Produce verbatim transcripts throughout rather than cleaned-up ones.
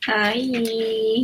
はい、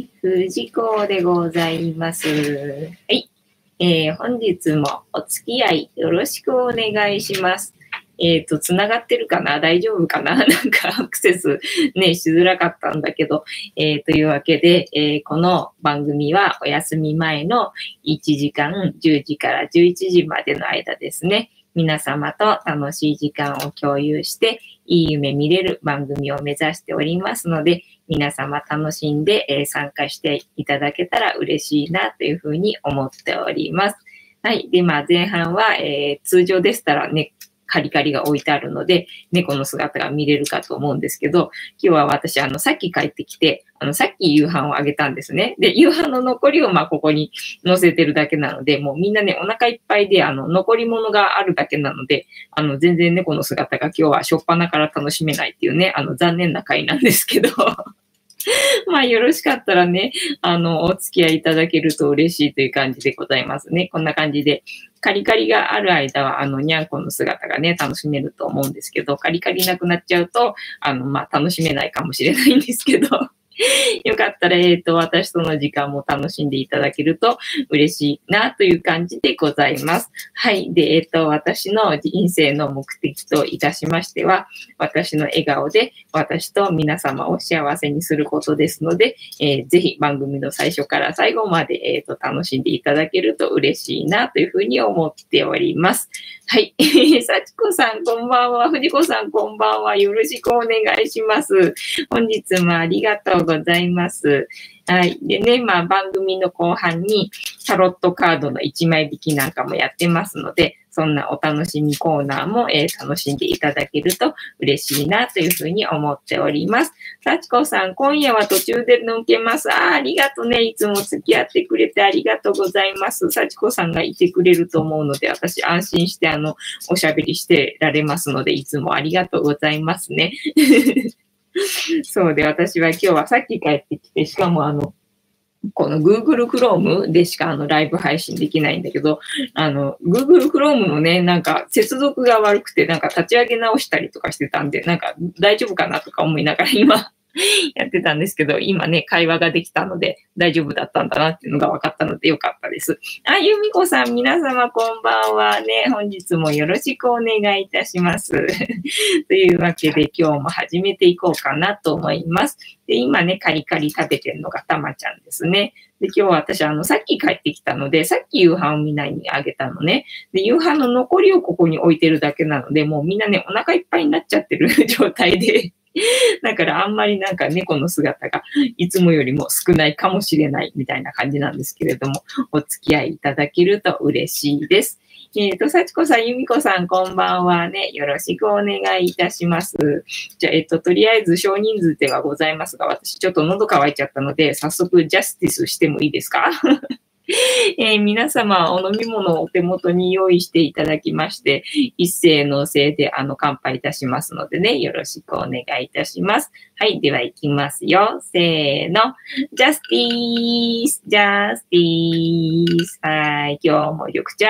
藤子でございます。はい、えー、本日もお付き合いよろしくお願いします。えっと、つながってるかな大丈夫かななんかアクセスね、しづらかったんだけど、えー、というわけで、えー、この番組はお休み前のいちじかん、じゅうじからじゅういちじまでの間ですね、皆様と楽しい時間を共有して、いい夢見れる番組を目指しておりますので、皆様楽しんで、えー、参加していただけたら嬉しいなというふうに思っております。はい。で、まあ前半は、えー、通常でしたらね、カリカリが置いてあるので、猫の姿が見れるかと思うんですけど、今日は私、あの、さっき帰ってきて、あの、さっき夕飯をあげたんですね。で、夕飯の残りを、まあ、ここに乗せてるだけなので、もうみんなね、お腹いっぱいで、あの、残り物があるだけなので、あの、全然猫の姿が今日は初っ端から楽しめないっていうね、あの、残念な回なんですけど、まあ、よろしかったらね、あの、お付き合いいただけると嬉しいという感じでございますね。こんな感じで、カリカリがある間は、あの、にゃんこの姿がね、楽しめると思うんですけど、カリカリなくなっちゃうと、あの、まあ、楽しめないかもしれないんですけど、よかったら、えっと、私との時間も楽しんでいただけると嬉しいなという感じでございます。はい。で、えっと、私の人生の目的といたしましては、私の笑顔で私と皆様を幸せにすることですので、えー、ぜひ番組の最初から最後まで、えっと、楽しんでいただけると嬉しいなというふうに思っております。はい。さちこさん、こんばんは。藤子さん、こんばんは。よろしくお願いします。本日もありがとうございます。はい。でね、まあ番組の後半にタロットカードのいちまい引きなんかもやってますので、そんなお楽しみコーナーも、えー、楽しんでいただけると嬉しいなというふうに思っております。幸子さん、今夜は途中で抜けます。ああ、ありがとうね。いつも付き合ってくれてありがとうございます。幸子さんがいてくれると思うので、私安心してあの、おしゃべりしてられますので、いつもありがとうございますね。そうで、私は今日はさっき帰ってきて、しかもあの、この Google Chrome でしかあのライブ配信できないんだけど、あの Google Chrome のね、なんか接続が悪くて、なんか立ち上げ直したりとかしてたんで、なんか大丈夫かなとか思いながら今やってたんですけど、今ね、会話ができたので大丈夫だったんだなっていうのが分かったのでよかったです。あ、ゆみこさん、皆様こんばんはね、本日もよろしくお願いいたします。というわけで今日も始めていこうかなと思います。で、今ね、カリカリ食べてるのがたまちゃんですね。で、今日は私、あの、さっき帰ってきたので、さっき夕飯をみんなにあげたのね。で、夕飯の残りをここに置いてるだけなので、もうみんなね、お腹いっぱいになっちゃってる状態で、だからあんまりなんか猫の姿がいつもよりも少ないかもしれないみたいな感じなんですけれども、お付き合いいただけると嬉しいです。えっ、ー、と、幸子さん、由美子さん、こんばんはね。よろしくお願いいたします。じゃあ、えっ、ー、と、とりあえず少人数ではございますが、私ちょっと喉乾いちゃったので、早速ジャスティスしてもいいですか？えー、皆様、お飲み物をお手元に用意していただきまして、一斉のせいで、あの、乾杯いたしますのでね、よろしくお願いいたします。はい、では行きますよ。せーの。ジャスティース、ジャスティース。はい、今日も緑茶。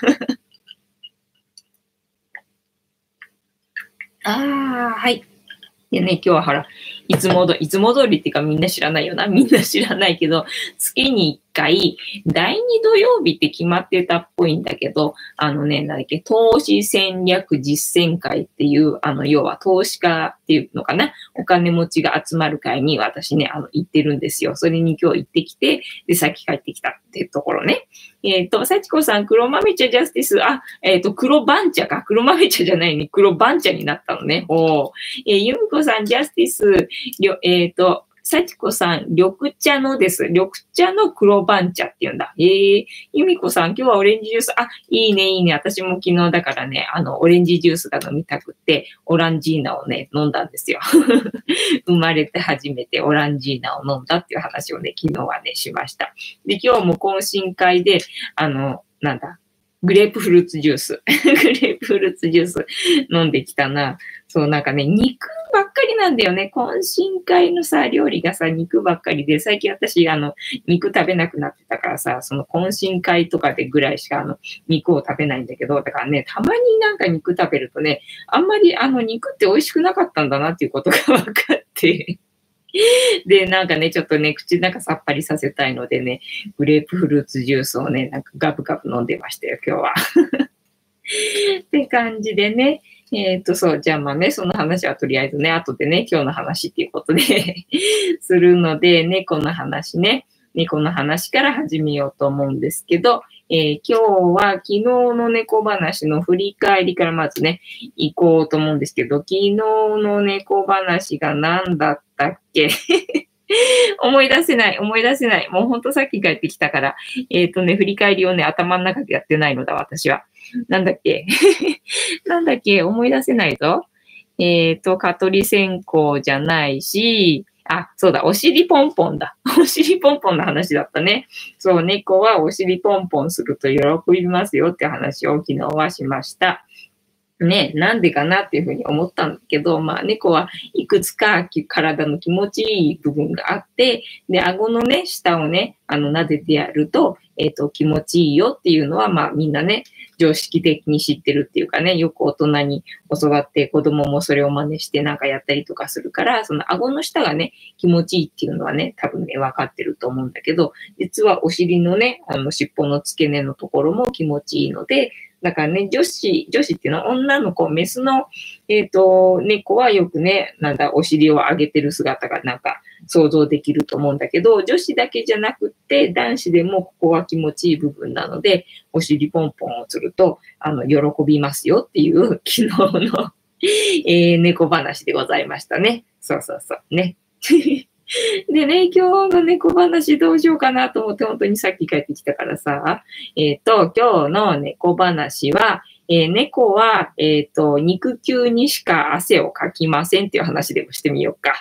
あー、はい。でね、今日はほら、いつもど、いつも通りっていうかみんな知らないよな。みんな知らないけど、月にいっかい、だいに土曜日って決まってたっぽいんだけど、あのね、なんだっけ、投資戦略実践会っていう、あの、要は投資家っていうのかな。お金持ちが集まる会に私ね、あの、行ってるんですよ。それに今日行ってきて、で、さっき帰ってきたってところね。えっ、ー、と、幸子さん、黒豆茶ジャスティス、あ、えっ、ー、と、黒番茶か。黒豆茶じゃないね。黒番茶になったのね。おー。えー、由美子さん、ジャスティス、えっ、ー、と、幸子さん、緑茶のです。緑茶の黒番茶って言うんだ。えー、由美子さん、今日はオレンジジュース、あ、いいね、いいね。私も昨日だからね、あの、オレンジジュースが飲みたくて、オランジーナをね、飲んだんですよ。生まれて初めてオランジーナを飲んだっていう話をね、昨日はね、しました。で、今日も懇親会で、あの、なんだ、グレープフルーツジュース。グレープフルーツジュース飲んできたな。そう、なんかね、肉ばっかりなんだよね。懇親会のさ、料理がさ、肉ばっかりで、最近私、あの、肉食べなくなってたからさ、その懇親会とかでぐらいしか、あの、肉を食べないんだけど、だからね、たまになんか肉食べるとね、あんまりあの、肉って美味しくなかったんだなっていうことが分かって、 で、なんかね、ちょっとね、口の中さっぱりさせたいのでね、グレープフルーツジュースをね、なんかガブガブ飲んでましたよ、今日は。って感じでね。えっと、そう、じゃあまあね、その話はとりあえずね、後でね、今日の話っていうことでするので、猫の話ね、猫の話から始めようと思うんですけど、えー今日は昨日の猫話の振り返りからまずね、行こうと思うんですけど、昨日の猫話が何だったっけ思い出せない、思い出せない。もうほんとさっき帰ってきたから、えっとね、振り返りをね、頭の中でやってないのだ、私は。なんだっけなんだっけ思い出せないぞ。えっと、蚊取り線香じゃないし、あ、そうだ、お尻ポンポンだ。お尻ポンポンの話だったね。そう、猫はお尻ポンポンすると喜びますよって話を昨日はしました。ね、なんでかなっていうふうに思ったんだけど、まあ猫はいくつかき体の気持ちいい部分があって、で、顎のね、下をね、あの、撫でてやると、えっと、気持ちいいよっていうのは、まあみんなね、常識的に知ってるっていうかね、よく大人に教わって子供もそれを真似してなんかやったりとかするから、その顎の下がね、気持ちいいっていうのはね、多分ね、分かってると思うんだけど、実はお尻のね、あの、尻尾の付け根のところも気持ちいいので、だからね、女子、女子っていうのは女の子、メスの、えっと、猫はよくね、なんだ、お尻を上げてる姿がなんか想像できると思うんだけど、女子だけじゃなくって、男子でもここは気持ちいい部分なので、お尻ポンポンをすると、あの、喜びますよっていう昨日のえー猫話でございましたね。そうそうそう、ね。でね、今日の猫話どうしようかなと思って、本当にさっき帰ってきたからさ、えっと、今日の猫話は、えー猫は、えっと、肉球にしか汗をかきませんっていう話でもしてみようか。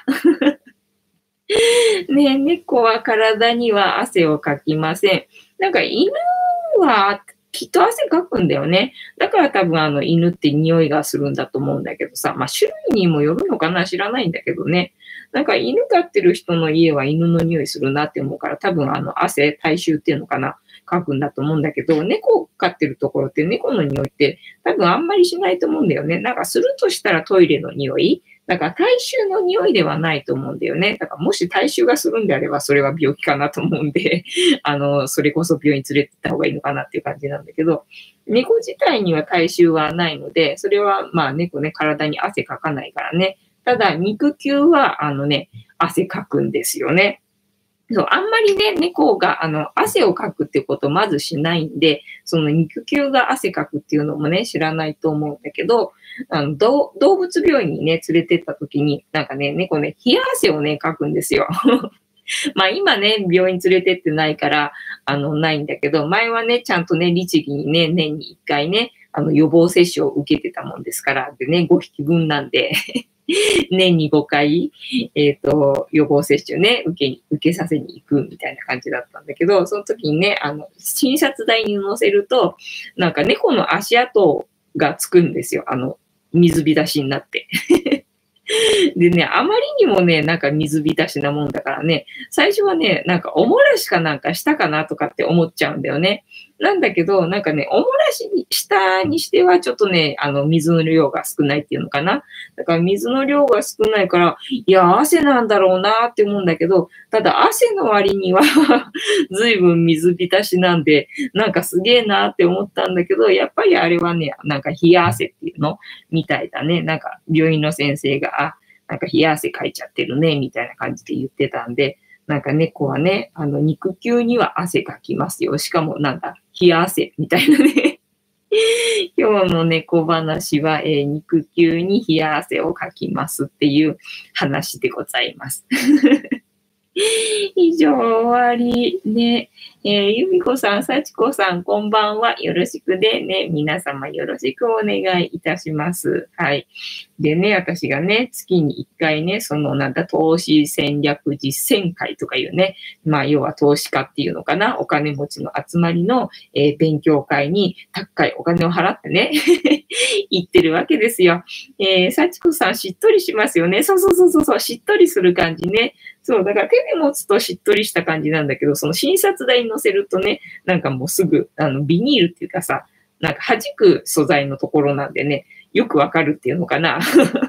ね、猫は体には汗をかきません。なんか犬はきっと汗かくんだよね。だから多分あの犬って匂いがするんだと思うんだけどさ、まあ種類にもよるのかな知らないんだけどね。なんか犬飼ってる人の家は犬の匂いするなって思うから多分あの汗、体臭っていうのかなかくんだと思うんだけど、猫飼ってるところって猫の匂いって多分あんまりしないと思うんだよね。なんかするとしたらトイレの匂いだから体臭の匂いではないと思うんだよね。だからもし体臭がするんであればそれは病気かなと思うんで、あの、それこそ病院連れてった方がいいのかなっていう感じなんだけど、猫自体には体臭はないので、それはまあ猫ね、体に汗かかないからね。ただ肉球はあのね、汗かくんですよね。そう、あんまりね、猫が、あの、汗をかくってことまずしないんで、その肉球が汗かくっていうのもね、知らないと思うんだけど、あの、動動物病院にね、連れてった時に、なんかね、猫ね、冷や汗をね、かくんですよ。まあ今ね、病院連れてってないから、あの、ないんだけど、前はね、ちゃんとね、律儀にね、年にいっかいね、あの、予防接種を受けてたもんですから、でね、ごひきぶんなんで年にごかい、えっ、と、予防接種ね、受け、受けさせに行くみたいな感じだったんだけど、その時にね、あの、診察台に乗せると、なんか猫の足跡がつくんですよ。あの、水浸しになって。でね、あまりにもね、なんか水浸しなもんだからね、最初はね、なんかおもらしかなんかしたかなとかって思っちゃうんだよね。なんだけど、なんかね、おもらしにしたにしてはちょっとね、あの、水の量が少ないっていうのかな。だから水の量が少ないから、いや、汗なんだろうなって思うんだけど、ただ汗の割にはずいぶん水浸しなんで、なんかすげえなって思ったんだけど、やっぱりあれはね、なんか冷や汗っていうのみたいだね。なんか病院の先生が、あ、なんか冷や汗かいちゃってるね、みたいな感じで言ってたんで、なんか猫はね、あの、肉球には汗かきますよ。しかもなんだ、冷や汗みたいなね。今日の猫話は、えー肉球に冷や汗をかきますっていう話でございます。以上終わりね。えー、ゆみこさん、さちこさん、こんばんは。よろしくでね。皆様よろしくお願いいたします。はい。でね、私がね、月にいっかいね、そのなんだ、投資戦略実践会とかいうね、まあ、要は投資家っていうのかな、お金持ちの集まりの、えー勉強会に高いお金を払ってね、行ってるわけですよ。えー、さちこさん、しっとりしますよね。そうそうそうそうそう、しっとりする感じね。そう、だから手で持つとしっとりした感じなんだけど、その診察台に乗せるとね、なんかもうすぐ、あの、ビニールっていうかさ、なんか弾く素材のところなんでね、よくわかるっていうのかな。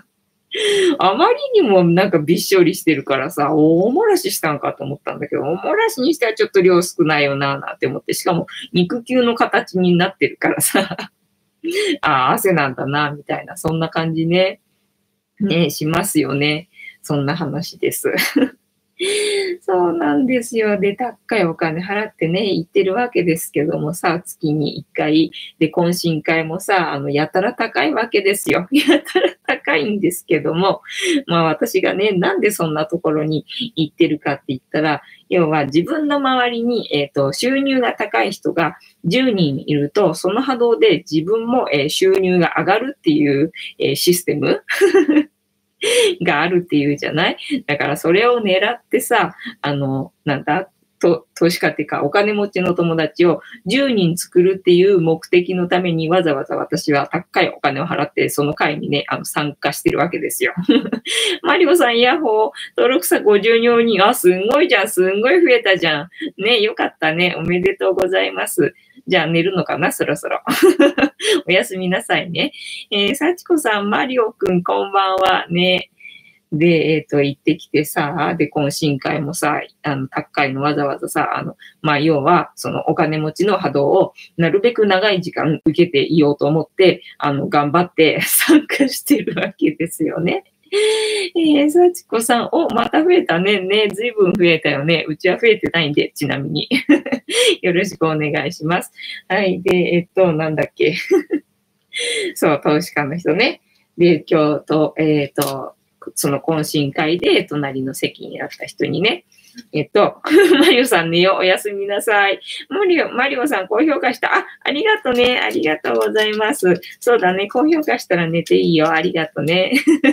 あまりにもなんかびっしょりしてるからさ、大漏らししたんかと思ったんだけど、大漏らしにしてはちょっと量少ないよなぁなんて思って、しかも肉球の形になってるからさ、ああ、汗なんだな、みたいな、そんな感じね、ね、しますよね。そんな話です。そうなんですよ。で、高いお金払ってね、行ってるわけですけどもさ、月にいっかい。で、懇親会もさ、あの、やたら高いわけですよ。やたら高いんですけども、まあ私がね、なんでそんなところに行ってるかって言ったら、要は自分の周りに、えっと、収入が高い人がじゅうにんいると、その波動で自分も、えー収入が上がるっていう、えーシステムがあるっていうじゃない。だからそれを狙ってさ、あの、なんだ、と投資家っていうか、お金持ちの友達をじゅうにん作るっていう目的のためにわざわざ私は高いお金を払って、その会にね、あの、参加してるわけですよ。マリオさん、イヤホー、登録者ごじゅうよにん、あ、すんごいじゃん、すんごい増えたじゃん。ね、よかったね。おめでとうございます。じゃあ寝るのかな、そろそろ。おやすみなさいね。えー、幸子さん、マリオくん、こんばんは。ね。で、えっ、と、行ってきてさ、で、懇親会もさ、あの、高いのわざわざさ、あの、まあ、要は、そのお金持ちの波動をなるべく長い時間受けていようと思って、あの、頑張って参加してるわけですよね。えー、幸子さん、お、また増えたね。ね、ずいぶん増えたよね。うちは増えてないんで、ちなみに。よろしくお願いします。はい。で、えっと、なんだっけ。そう、投資家の人ね。で、今日と、えっと、その懇親会で隣の席になった人にね、えっと、マリオさん寝よう、おやすみなさい。マリオ、マリオさん高評価した。あ、ありがとね。ありがとうございます。そうだね。高評価したら寝ていいよ。ありがとね。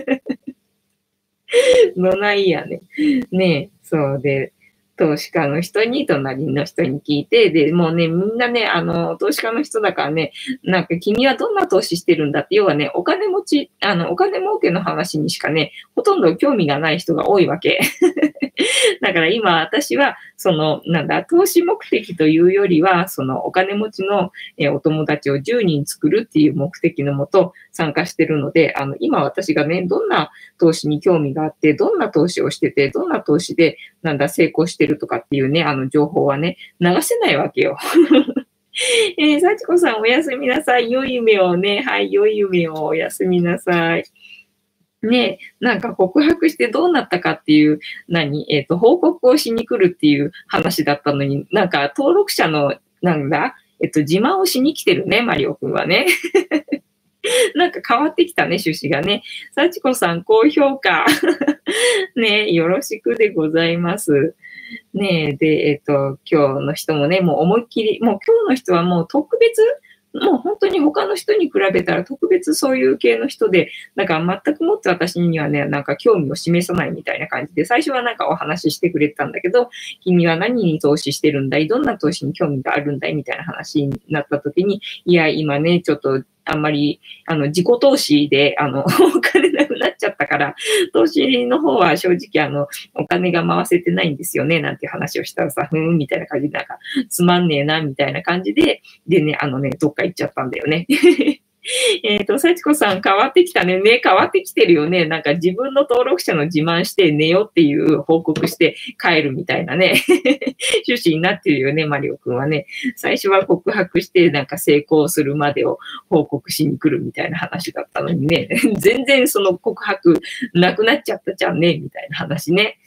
どないやね。ねえ、そうで、投資家の人に、隣の人に聞いて、で、もうね、みんなね、あの、投資家の人だからね、なんか君はどんな投資してるんだって、要はね、お金持ち、あの、お金儲けの話にしかね、ほとんど興味がない人が多いわけ。だから今私は、その、なんだ、投資目的というよりは、そのお金持ちのえーお友達をじゅうにん作るっていう目的のもと参加してるので、あの、今私がね、どんな投資に興味があって、どんな投資をしてて、どんな投資で、なんだ、成功してるとかっていうね、あの情報はね、流せないわけよ。えー、幸子さんおやすみなさい。良い夢をね、はい、良い夢をおやすみなさい。ね、なんか告白してどうなったかっていう、何、えっと、報告をしに来るっていう話だったのに、なんか登録者の、なんだ、えっと、自慢をしに来てるね、マリオくんはね。なんか変わってきたね、趣旨がね。幸子さん、高評価。ね、よろしくでございます。ねで、えっと、今日の人もね、もう思いっきり、もう今日の人はもう特別、もう本当に他の人に比べたら特別そういう系の人で、なんか全くもって私にはね、なんか興味を示さないみたいな感じで、最初はなんかお話ししてくれてたんだけど、君は何に投資してるんだい、どんな投資に興味があるんだいみたいな話になった時に、いや、今ね、ちょっとあんまり、あの、自己投資で、あの、お金なくなっちゃったから、投資の方は正直、あの、お金が回せてないんですよね、なんて話をしたらさ、ふーん、みたいな感じで、なんか、つまんねえな、みたいな感じで、でね、あのね、どっか行っちゃったんだよね。えっと、幸子さん変わってきたね。ね、変わってきてるよね。なんか自分の登録者の自慢して寝よっていう報告して帰るみたいなね。趣旨になってるよね、マリオくんはね。最初は告白してなんか成功するまでを報告しに来るみたいな話だったのにね。全然その告白なくなっちゃったじゃんね、みたいな話ね。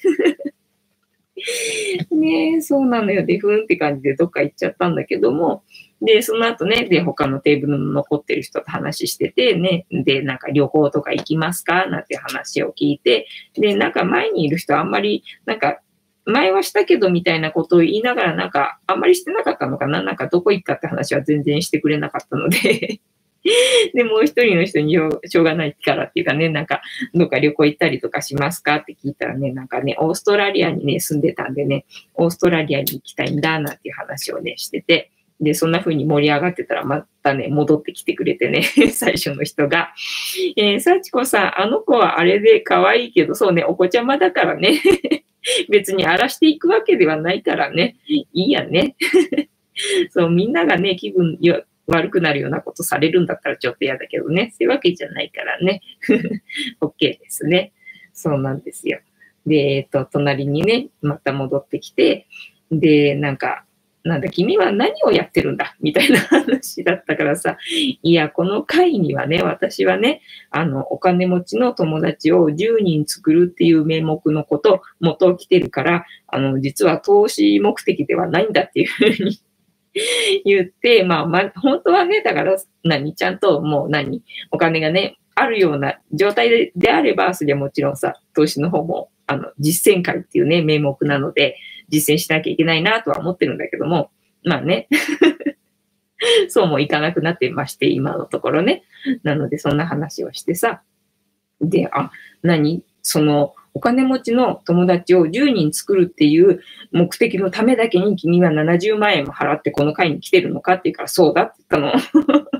ねえ、そうなのよ。で、ふーんって感じでどっか行っちゃったんだけども、で、その後ね、で、他のテーブルの残ってる人と話しててね、で、なんか旅行とか行きますかなんて話を聞いて、で、なんか前にいる人あんまり、なんか、前はしたけどみたいなことを言いながら、なんか、あんまりしてなかったのかななんか、どこ行ったって話は全然してくれなかったのでで、もう一人の人にしょうしょうがないからっていうかね、なんか、どっか旅行行ったりとかしますかって聞いたらね、なんかね、オーストラリアにね、住んでたんでね、オーストラリアに行きたいんだ、なんていう話をね、してて、で、そんな風に盛り上がってたら、またね、戻ってきてくれてね、最初の人が。えー、幸子さん、あの子はあれで可愛いけど、そうね、お子ちゃまだからね、別に荒らしていくわけではないからね、いいやね。そう、みんながね、気分よ悪くなるようなことされるんだったらちょっと嫌だけどね。そういうわけじゃないからね。OK ですね。そうなんですよ。で、えっと、隣にね、また戻ってきて、で、なんか、なんだ、君は何をやってるんだみたいな話だったからさ、いや、この会にはね、私はね、あの、お金持ちの友達をじゅうにん作るっていう名目のこと、元を来てるから、あの、実は投資目的ではないんだっていうふうに言って、まあ、ま、本当はね、だから、何、ちゃんともう何、お金がね、あるような状態でであれば、それはもちろんさ、投資の方も、あの、実践会っていうね、名目なので、実践しなきゃいけないなとは思ってるんだけども、まあね、そうもいかなくなってまして、今のところね。なので、そんな話をしてさ、で、あ、何その、お金持ちの友達をじゅうにん作るっていう目的のためだけに君はななじゅうまん円も払ってこの会に来てるのかって言うから、そうだって言ったの。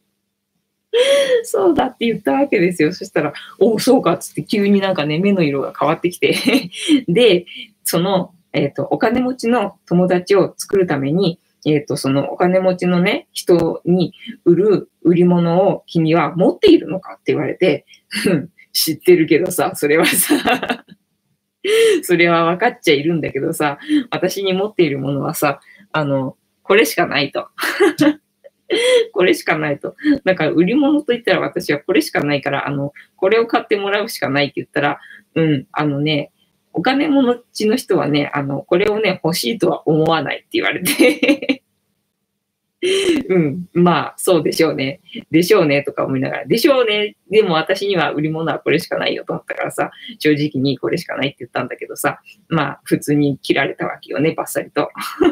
そうだって言ったわけですよ。そしたら、おお、そうかっつって急になんかね、目の色が変わってきてで、その、えっと、お金持ちの友達を作るために、えっと、そのお金持ちのね、人に売る売り物を君は持っているのかって言われて、知ってるけどさ、それはさ、それは分かっちゃいるんだけどさ、私に持っているものはさ、あの、これしかないと。これしかないと。だから売り物と言ったら私はこれしかないから、あの、これを買ってもらうしかないって言ったら、うん、あのね、お金持ちの人はね、あの、これをね、欲しいとは思わないって言われて、うん、まあ、そうでしょうね。でしょうねとか思いながら、でしょうね。でも私には売り物はこれしかないよと思ったからさ、正直にこれしかないって言ったんだけどさ、まあ、普通に切られたわけよね、バッサリと。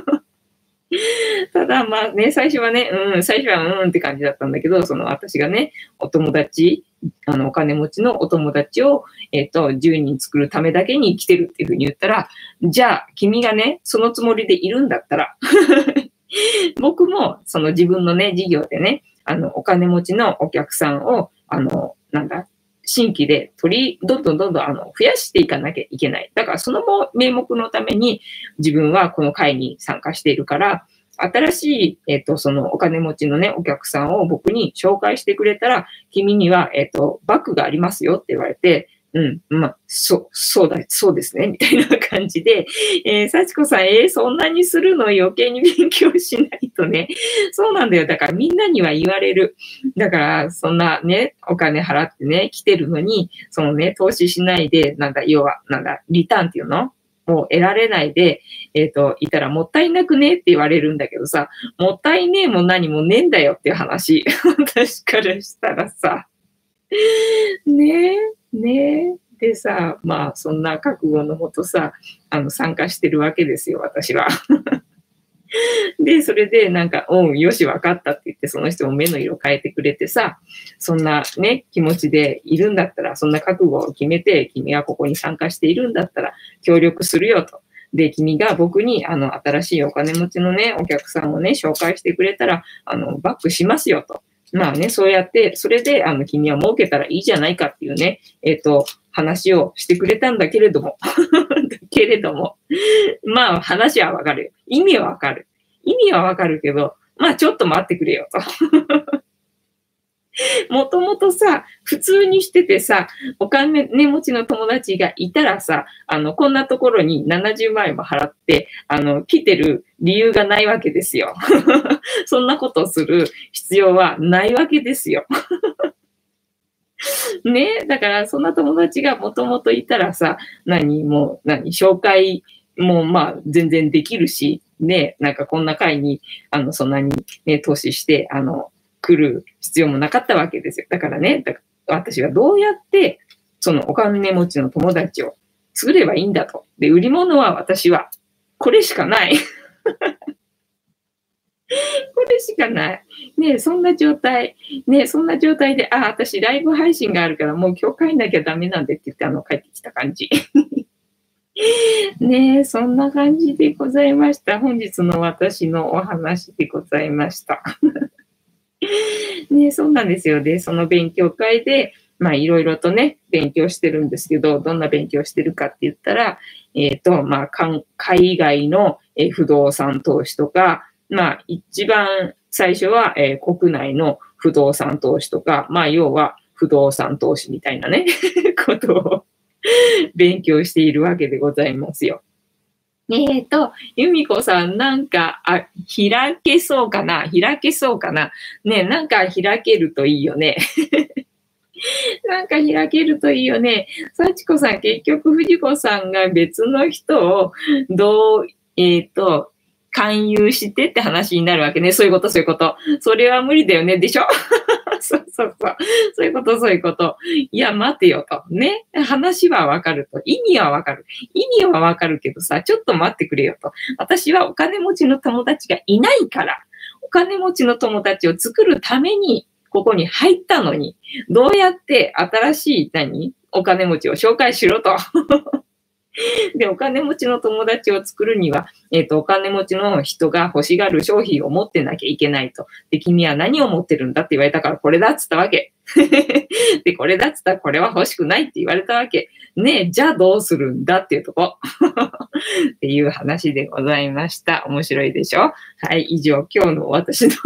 ただまあね、最初はね、うん、最初はうんって感じだったんだけど、その私がね、お友達、あの、お金持ちのお友達を、えっと、じゅうにん作るためだけに来てるっていうふうに言ったら、じゃあ、君がね、そのつもりでいるんだったら、僕も、その自分のね、事業でね、あの、お金持ちのお客さんを、あの、なんだ、新規で取り、どんどんどんどんあの増やしていかなきゃいけない。だからその名目のために自分はこの会に参加しているから、新しい、えっと、そのお金持ちのね、お客さんを僕に紹介してくれたら、君には、えっと、バッグがありますよって言われて、うん、まあ、そう、そうだ、そうですね、みたいな感じで、えー、幸子さん、えー、そんなにするの余計に勉強しないとね。そうなんだよ。だからみんなには言われる。だから、そんなね、お金払ってね、来てるのに、そのね、投資しないで、なんだ、要は、なんだ、リターンっていうのもう得られないで、えっと、いたらもったいなくねって言われるんだけどさ、もったいねえも何もねえんだよっていう話。私からしたらさ、ねえ、ねえ。でさ、まあ、そんな覚悟のもとさ、あの、参加してるわけですよ、私は。で、それでなんか、うん、よし、わかったって言って、その人も目の色変えてくれてさ、そんなね、気持ちでいるんだったら、そんな覚悟を決めて、君はここに参加しているんだったら、協力するよと。で、君が僕に、あの、新しいお金持ちのね、お客さんをね、紹介してくれたら、あの、バックしますよと。まあね、そうやって、それで、あの、君は儲けたらいいじゃないかっていうね、えっと、話をしてくれたんだけれども、だけれども、まあ話はわかるよ。意味はわかる。意味はわかるけど、まあちょっと待ってくれよと。もともとさ、普通にしててさ、お金持ちの友達がいたらさ、あの、こんなところにななじゅうまん円も払って、あの、来てる理由がないわけですよ。そんなことをする必要はないわけですよ。ね、だからそんな友達がもともといたらさ、何もう、何、紹介もまあ全然できるし、ね、なんかこんな会に、あの、そんなにね、投資して、あの、来る必要もなかったわけですよ。だからね、だから私はどうやって、そのお金持ちの友達を作ればいいんだと。で、売り物は私は、これしかない。これしかない。ねそんな状態、ねそんな状態で、あ、私ライブ配信があるからもう今日帰んなきゃダメなんでって言って、あの、帰ってきた感じ。ねそんな感じでございました。本日の私のお話でございました。ねそうなんですよ。で、その勉強会で、まあ、いろいろとね、勉強してるんですけど、どんな勉強してるかって言ったら、えっと、まあ、海外の不動産投資とか、 まあ、一番最初は、えー国内の不動産投資とか、まあ、要は不動産投資みたいなね、ことを勉強しているわけでございますよ。えーと、由美子さん、なんか、あ、開けそうかな開けそうかなね、なんか開けるといいよね。なんか開けるといいよね。幸子さん、結局、藤子さんが別の人を、どう、えっ、と、勧誘してって話になるわけね。そういうこと、そういうこと。それは無理だよね。でしょそうそうそう。そういうこと、そういうこと。いや、待てよと。ね。話はわかると。意味はわかる。意味はわかるけどさ、ちょっと待ってくれよと。私はお金持ちの友達がいないから、お金持ちの友達を作るために、ここに入ったのに、どうやって新しい何お金持ちを紹介しろと。で、お金持ちの友達を作るには、えっ、と、お金持ちの人が欲しがる商品を持ってなきゃいけないと。で、君は何を持ってるんだって言われたから、これだっつったわけ。で、これだっつったら、これは欲しくないって言われたわけ。ねえ、じゃあどうするんだっていうとこ。っていう話でございました。面白いでしょ？はい、以上、今日の私の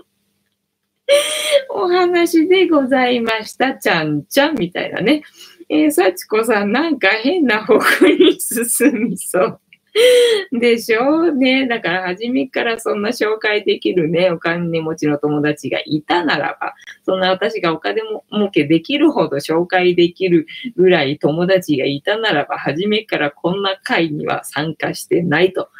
お話でございました。ちゃんちゃんみたいなね。えー、幸子さん、なんか変な方向に進みそう。でしょうね。だから、初めからそんな紹介できるね、お金持ちの友達がいたならば、そんな私がお金も儲けできるほど紹介できるぐらい友達がいたならば、初めからこんな会には参加してないと。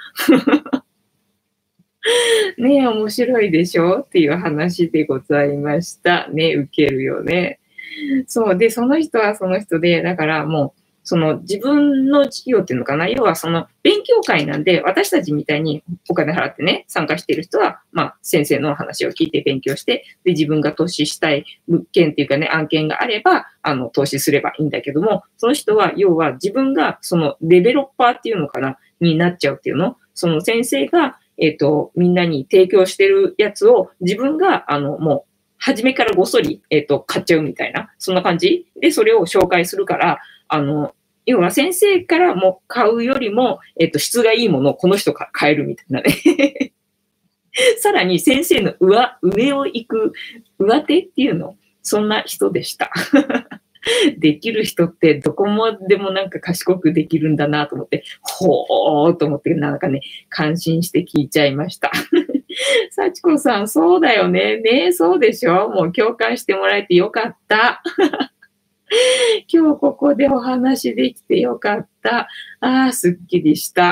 ねえ、面白いでしょっていう話でございました。ね、受けるよね。そう。で、その人はその人で、だからもう、その自分の事業っていうのかな、要はその勉強会なんで、私たちみたいにお金払ってね、参加している人は、まあ、先生の話を聞いて勉強して、で、自分が投資したい物件っていうかね、案件があれば、あの、投資すればいいんだけども、その人は、要は自分がそのデベロッパーっていうのかな、になっちゃうっていうの、その先生が、えっ、と、みんなに提供してるやつを自分が、あの、もう、初めからごっそり、えっ、と、買っちゃうみたいな、そんな感じで、それを紹介するから、あの、要は先生からも買うよりも、えっ、と、質がいいものをこの人から買えるみたいなね。さらに先生の上、上を行く、上手っていうの、そんな人でした。できる人ってどこもでもなんか賢くできるんだなと思って、ほーと思って、なんかね、感心して聞いちゃいました。幸子さん、そうだよね。ねえ、そうでしょ？もう共感してもらえてよかった。今日ここでお話できてよかった。ああ、すっきりした。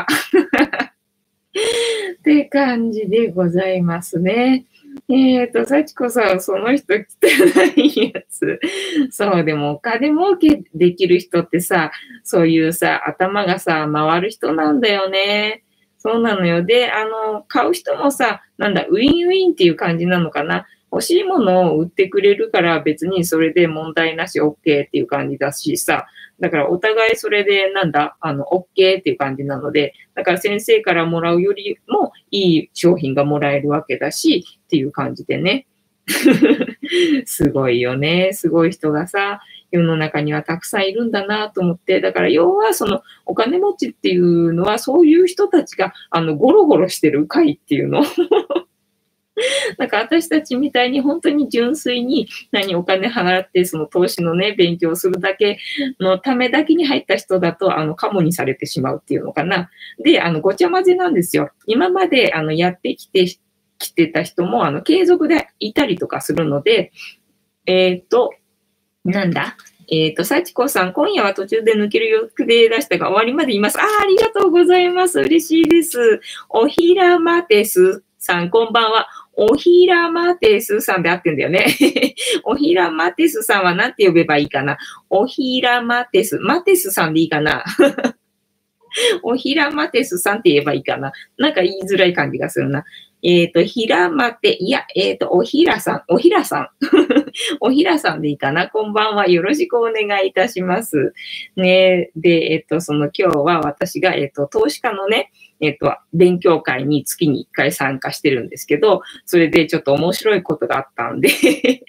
って感じでございますね。えっ、ー、と、幸子さん、その人汚いやつ。そう、でもお金儲けできる人ってさ、そういうさ、頭がさ、回る人なんだよね。そうなのよ。で、あの、買う人もさ、なんだ、ウィンウィンっていう感じなのかな。欲しいものを売ってくれるから別にそれで問題なし OK っていう感じだしさ。だからお互いそれでなんだ、あの、OK っていう感じなので、だから先生からもらうよりもいい商品がもらえるわけだし、っていう感じでね。すごいよね。すごい人がさ、世の中にはたくさんいるんだなと思って、だから要はそのお金持ちっていうのはそういう人たちがあのゴロゴロしてる会っていうの。なんか私たちみたいに本当に純粋に何お金払ってその投資のね、勉強するだけのためだけに入った人だと、あの、カモにされてしまうっていうのかな。で、あの、ごちゃ混ぜなんですよ。今まであの、やってきて、来てた人も、あの、継続でいたりとかするので、えっ、と、なんだえっ、と、幸子さん、今夜は途中で抜ける予定で出したが終わりまで言います。ああ、ありがとうございます。嬉しいです。おひらまてすさん、こんばんは。おひらまてすさんで合ってんだよね。おひらまてすさんは何て呼べばいいかな。おひらまてす、まてすさんでいいかな。おひらまてすさんって言えばいいかな。なんか言いづらい感じがするな。えっ、ー、と、ひらまて、いや、えっ、ー、と、おひらさん、おひらさん。おひらさんでいいかな。こんばんは。よろしくお願いいたします。ねで、えっ、ー、と、その今日は私が、えっ、と、投資家のね、えっ、と、勉強会に月にいっかい参加してるんですけど、それでちょっと面白いことがあったんで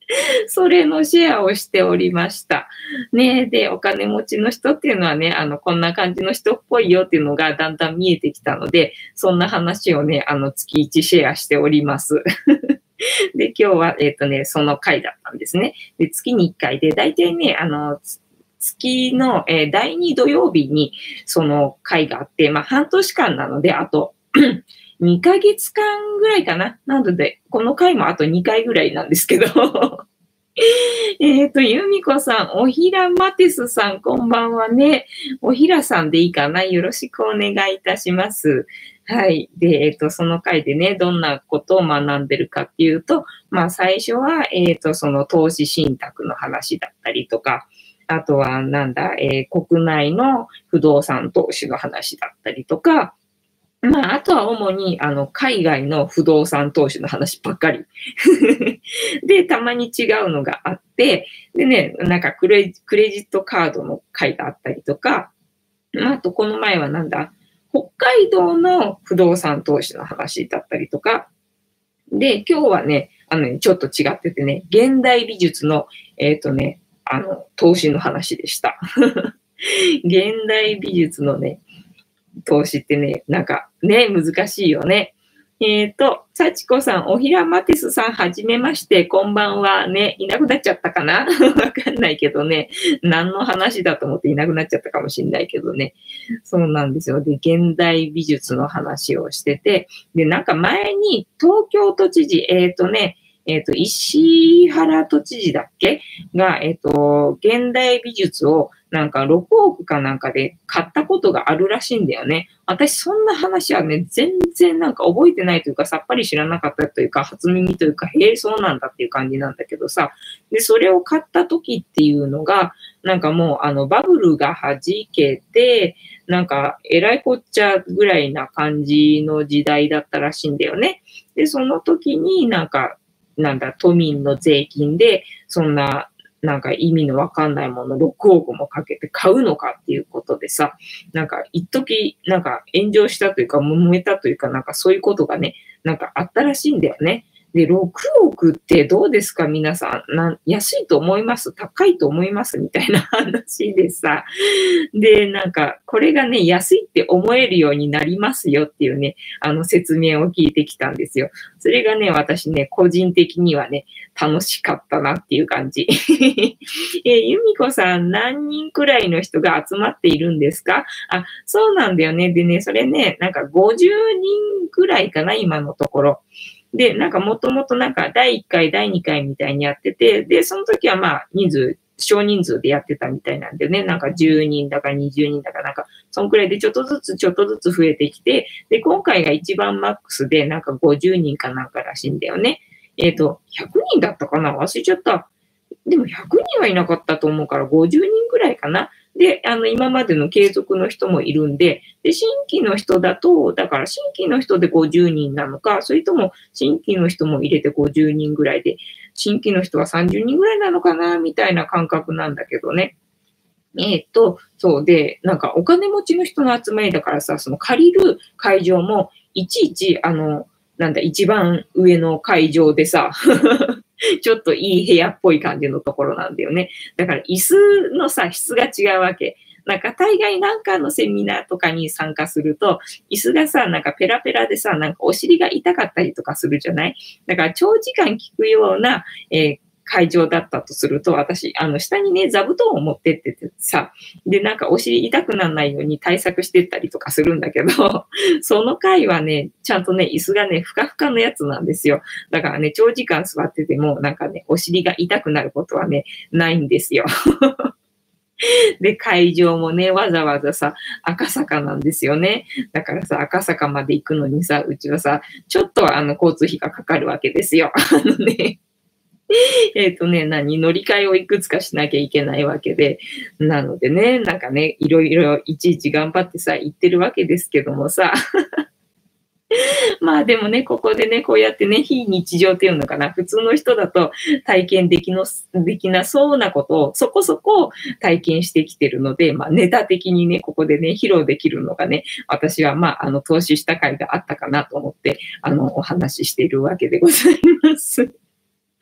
それのシェアをしておりました。ね、で、お金持ちの人っていうのはね、あの、こんな感じの人っぽいよっていうのがだんだん見えてきたので、そんな話をね、あの、月いちシェアしております。で、今日は、えっとね、その回だったんですね。で、月にいっかいで、だいたいね、あの、つ月の、えーだいに土曜日にその会があって、まあ、半年間なので、あと、にかげつかんぐらいかな。なので、この回もあとにかいぐらいなんですけど、えっと、由美子さん、おひらマティスさん、こんばんはね。おひらさんでいいかな。よろしくお願いいたします。はい。で、えっと、その回でね、どんなことを学んでるかっていうと、まあ、最初は、えっと、その投資信託の話だったりとか、あとは、なんだ、えー国内の不動産投資の話だったりとか、まあ、あとは主に、あの、海外の不動産投資の話ばっかり。で、たまに違うのがあって、でね、なんかクレ、クレジットカードの回があったりとか、まあ、あとこの前はなんだ、北海道の不動産投資の話だったりとか、で、今日はね、あのね、ちょっと違っててね、現代美術の、えっとね、あの、投資の話でした。現代美術のね、投資ってね、なんかね、難しいよね。えっ、と、幸子さん、おひらマティスさん、はじめまして、こんばんは。ね、いなくなっちゃったかなわかんないけどね、何の話だと思っていなくなっちゃったかもしれないけどね。そうなんですよ。で、現代美術の話をしてて、で、なんか前に東京都知事、えっ、とね、えっ、と、石原都知事だっけが、えっ、と、現代美術をなんかろくおくかなんかで買ったことがあるらしいんだよね。私そんな話はね、全然なんか覚えてないというか、さっぱり知らなかったというか、初耳というか、へえ、そうなんだっていう感じなんだけどさ。で、それを買った時っていうのが、なんかもうあのバブルが弾けて、なんかえらいこっちゃぐらいな感じの時代だったらしいんだよね。で、その時になんか、なんだ、都民の税金で、そんななんか意味のわかんないものろくおくもかけて買うのかっていうことでさ、なんか一時なんか炎上したというか揉めたというかなんかそういうことがね、なんかあったらしいんだよね。で、ろくおくってどうですか皆さん。なん安いと思います高いと思いますみたいな話でさ。で、なんか、これがね、安いって思えるようになりますよっていうね、あの説明を聞いてきたんですよ。それがね、私ね、個人的にはね、楽しかったなっていう感じ。えー、由美子さん、何人くらいの人が集まっているんですか？あ、そうなんだよね。でね、それね、なんかごじゅうにんくらいかな、今のところ。で、なんかもともとなんかだいいっかい、だいにかいみたいにやってて、で、その時はまあ人数、少人数でやってたみたいなんでね、なんかじゅうにんだかにじゅうにんだかなんか、そんくらいでちょっとずつちょっとずつ増えてきて、で、今回が一番マックスでなんかごじゅうにんかなんからしいんだよね。えっ、と、ひゃくにんだったかな忘れちゃった。でもひゃくにんはいなかったと思うからごじゅうにんぐらいかな。で、あの、今までの継続の人もいるんで、で、新規の人だと、だから新規の人でごじゅうにんなのか、それとも新規の人も入れてごじゅうにんぐらいで、新規の人はさんじゅうにんぐらいなのかな、みたいな感覚なんだけどね。えっと、そうで、なんかお金持ちの人の集まりだからさ、その借りる会場も、いちいち、あの、なんだ、一番上の会場でさ、ちょっといい部屋っぽい感じのところなんだよね。だから椅子のさ、質が違うわけ。なんか大概なんかのセミナーとかに参加すると、椅子がさ、なんかペラペラでさ、なんかお尻が痛かったりとかするじゃない？だから長時間聞くような、えー会場だったとすると、私、あの、下にね、座布団を持ってっててさ、で、なんかお尻痛くならないように対策してったりとかするんだけど、その回はね、ちゃんとね、椅子がね、ふかふかのやつなんですよ。だからね、長時間座ってても、なんかね、お尻が痛くなることはね、ないんですよ。で、会場もね、わざわざさ、赤坂なんですよね。だからさ、赤坂まで行くのにさ、うちはさ、ちょっとあの、交通費がかかるわけですよ。あのね、えっとね、何、乗り換えをいくつかしなきゃいけないわけで、なのでね、なんかね、いろいろいちいち頑張ってさ、行ってるわけですけどもさ、まあでもね、ここでね、こうやってね、非日常っていうのかな、普通の人だと体験できの、できなそうなことをそこそこ体験してきてるので、まあネタ的にね、ここでね、披露できるのがね、私はまあ、あの、投資した回があったかなと思って、あの、お話ししているわけでございます。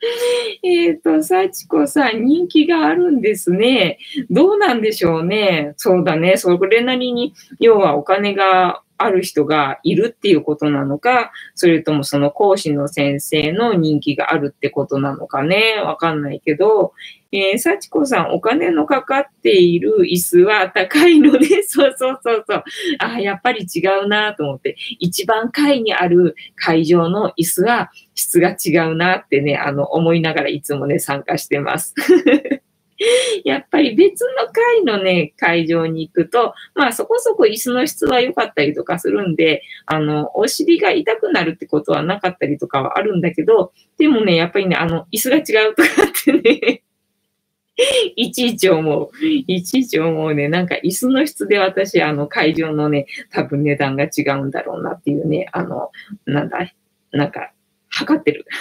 えっと、幸子さん、人気があるんですね。どうなんでしょうね。そうだね。それなりに、要はお金がある人がいるっていうことなのか、それともその講師の先生の人気があるってことなのかね。わかんないけど、えー、幸子さん、お金のかかっている椅子は高いので、そうそうそうそう。あ、やっぱり違うなと思って、一番下位にある会場の椅子は質が違うなってね、あの、思いながらいつもね、参加してます。やっぱり別の会のね、会場に行くと、まあそこそこ椅子の質は良かったりとかするんで、あの、お尻が痛くなるってことはなかったりとかはあるんだけど、でもね、やっぱりね、あの、椅子が違うとかってね、いちいち思う。いちいち思うね。なんか椅子の質で私、あの、会場のね、多分値段が違うんだろうなっていうね、あの、なんだ、なんか、測ってる。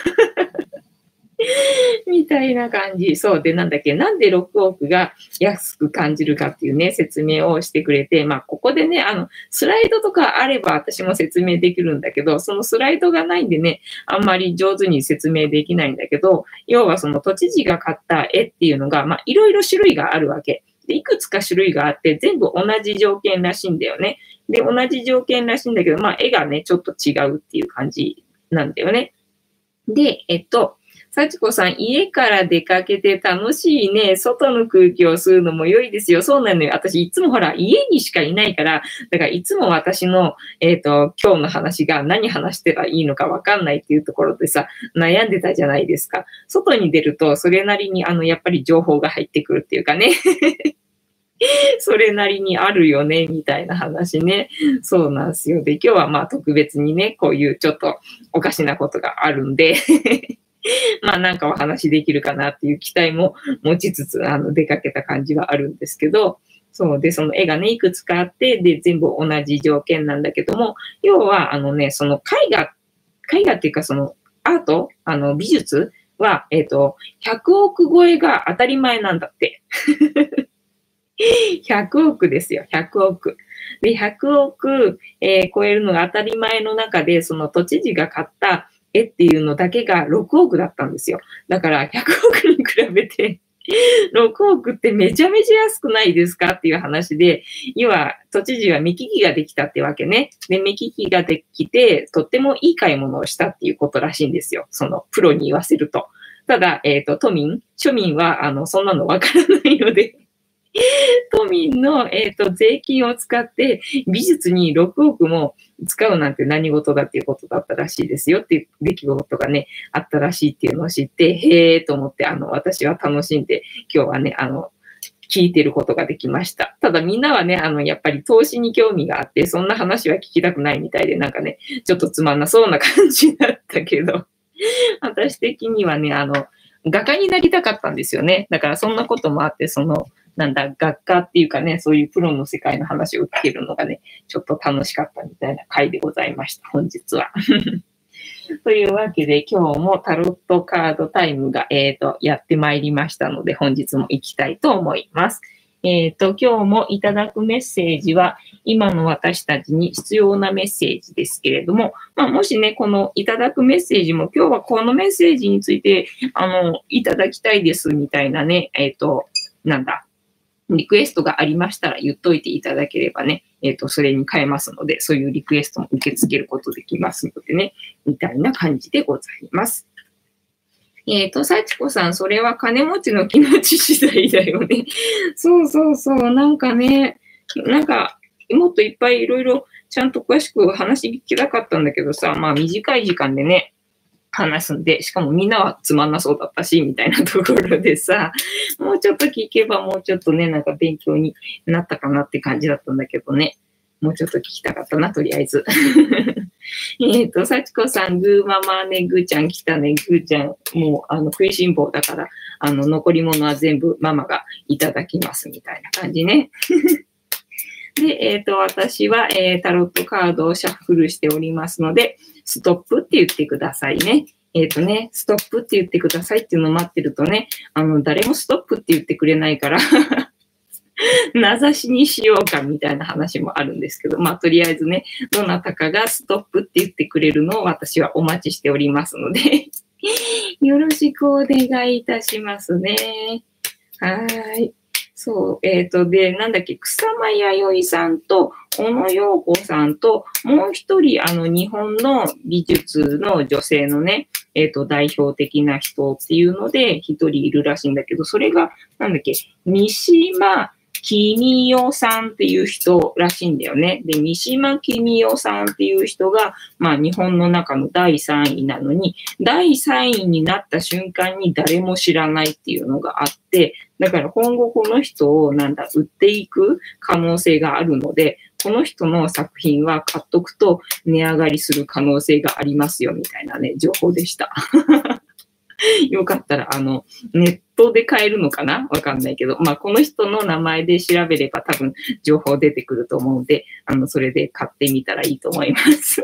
みたいな感じ。そう。で、なんだっけ、なんでろくおくが安く感じるかっていうね、説明をしてくれて、まあ、ここでね、あの、スライドとかあれば私も説明できるんだけど、そのスライドがないんでね、あんまり上手に説明できないんだけど、要はその都知事が買った絵っていうのが、まあ、いろいろ種類があるわけ。で、いくつか種類があって、全部同じ条件らしいんだよね。で、同じ条件らしいんだけど、まあ、絵がね、ちょっと違うっていう感じなんだよね。で、えっと、幸子さん、家から出かけて楽しいね。外の空気を吸うのも良いですよ。そうなのよ。私、いつもほら、家にしかいないから、だからいつも私の、えっと、今日の話が何話してばいいのかわかんないっていうところでさ、悩んでたじゃないですか。外に出ると、それなりに、あの、やっぱり情報が入ってくるっていうかね。それなりにあるよね、みたいな話ね。そうなんですよ。で、今日はまあ特別にね、こういうちょっとおかしなことがあるんでまあなんかお話できるかなっていう期待も持ちつつ、あの、出かけた感じはあるんですけど、そうで、その絵がね、いくつかあって、で、全部同じ条件なんだけども、要は、あのね、その絵画、絵画っていうかそのアート、あの、美術は、えっと、ひゃくおく超えが当たり前なんだって。ひゃくおくですよ、ひゃくおく。で、ひゃくおく、えー超えるのが当たり前の中で、その都知事が買った絵っていうのだけがろくおくだったんですよ。だからひゃくおくに比べてろくおくってめちゃめちゃ安くないですかっていう話で、要は都知事は目利きができたってわけね。で、目利きができて、とってもいい買い物をしたっていうことらしいんですよ。そのプロに言わせると。ただ、えっと、都民、庶民は、あの、そんなのわからないので都民の、えっと、税金を使って美術にろくおくも使うなんて何事だっていうことだったらしいですよっていう出来事がね、あったらしいっていうのを知って、へーと思って、あの、私は楽しんで、今日はね、あの、聞いてることができました。ただみんなはね、あの、やっぱり投資に興味があって、そんな話は聞きたくないみたいで、なんかね、ちょっとつまんなそうな感じだったけど、私的にはね、あの、画家になりたかったんですよね。だからそんなこともあって、その、なんだ、学科っていうかね、そういうプロの世界の話を聞けるのがね、ちょっと楽しかったみたいな回でございました、本日は。というわけで、今日もタロットカードタイムが、えっと、やってまいりましたので、本日も行きたいと思います。えっと、今日もいただくメッセージは、今の私たちに必要なメッセージですけれども、まあ、もしね、このいただくメッセージも、今日はこのメッセージについて、あの、いただきたいですみたいなね、えっと、なんだ、リクエストがありましたら言っといていただければね、えっと、それに変えますので、そういうリクエストも受け付けることできますのでね、みたいな感じでございます。えっと、幸子さん、それは金持ちの気持ち次第だよね。そうそうそう、なんかね、なんか、もっといっぱいいろいろちゃんと詳しく話聞きたかったんだけどさ、まあ短い時間でね、話すんで、しかもみんなはつまんなそうだったし、みたいなところでさ、もうちょっと聞けばもうちょっとね、なんか勉強になったかなって感じだったんだけどね。もうちょっと聞きたかったな、とりあえず。えっと、幸子さん、グーママね、グーちゃん来たね、グーちゃん、もう、あの、食いしん坊だから、あの、残り物は全部ママがいただきます、みたいな感じね。で、えっと、私は、えータロットカードをシャッフルしておりますので、ストップって言ってくださいね。えっとね、ストップって言ってくださいっていうのを待ってるとね、あの、誰もストップって言ってくれないから名指しにしようかみたいな話もあるんですけど、まあ、とりあえずね、どなたかがストップって言ってくれるのを私はお待ちしておりますのでよろしくお願いいたしますね。はーい。そう、えっ、と、で、なんだっけ、草間彌生さんと、小野洋子さんと、もう一人、あの、日本の美術の女性のね、えっ、と、代表的な人っていうので、一人いるらしいんだけど、それが、なんだっけ、三島君代さんっていう人らしいんだよね。で、三島君代さんっていう人が、まあ、日本の中のだいさんいなのに、だいさんいになった瞬間に誰も知らないっていうのがあって、だから今後この人をなんだ、売っていく可能性があるので、この人の作品は買っとくと値上がりする可能性がありますよみたいなね、情報でした。よかったら、あの、ネットで買えるのかなわかんないけど、まあ、この人の名前で調べれば多分情報出てくると思うんで、あの、それで買ってみたらいいと思います。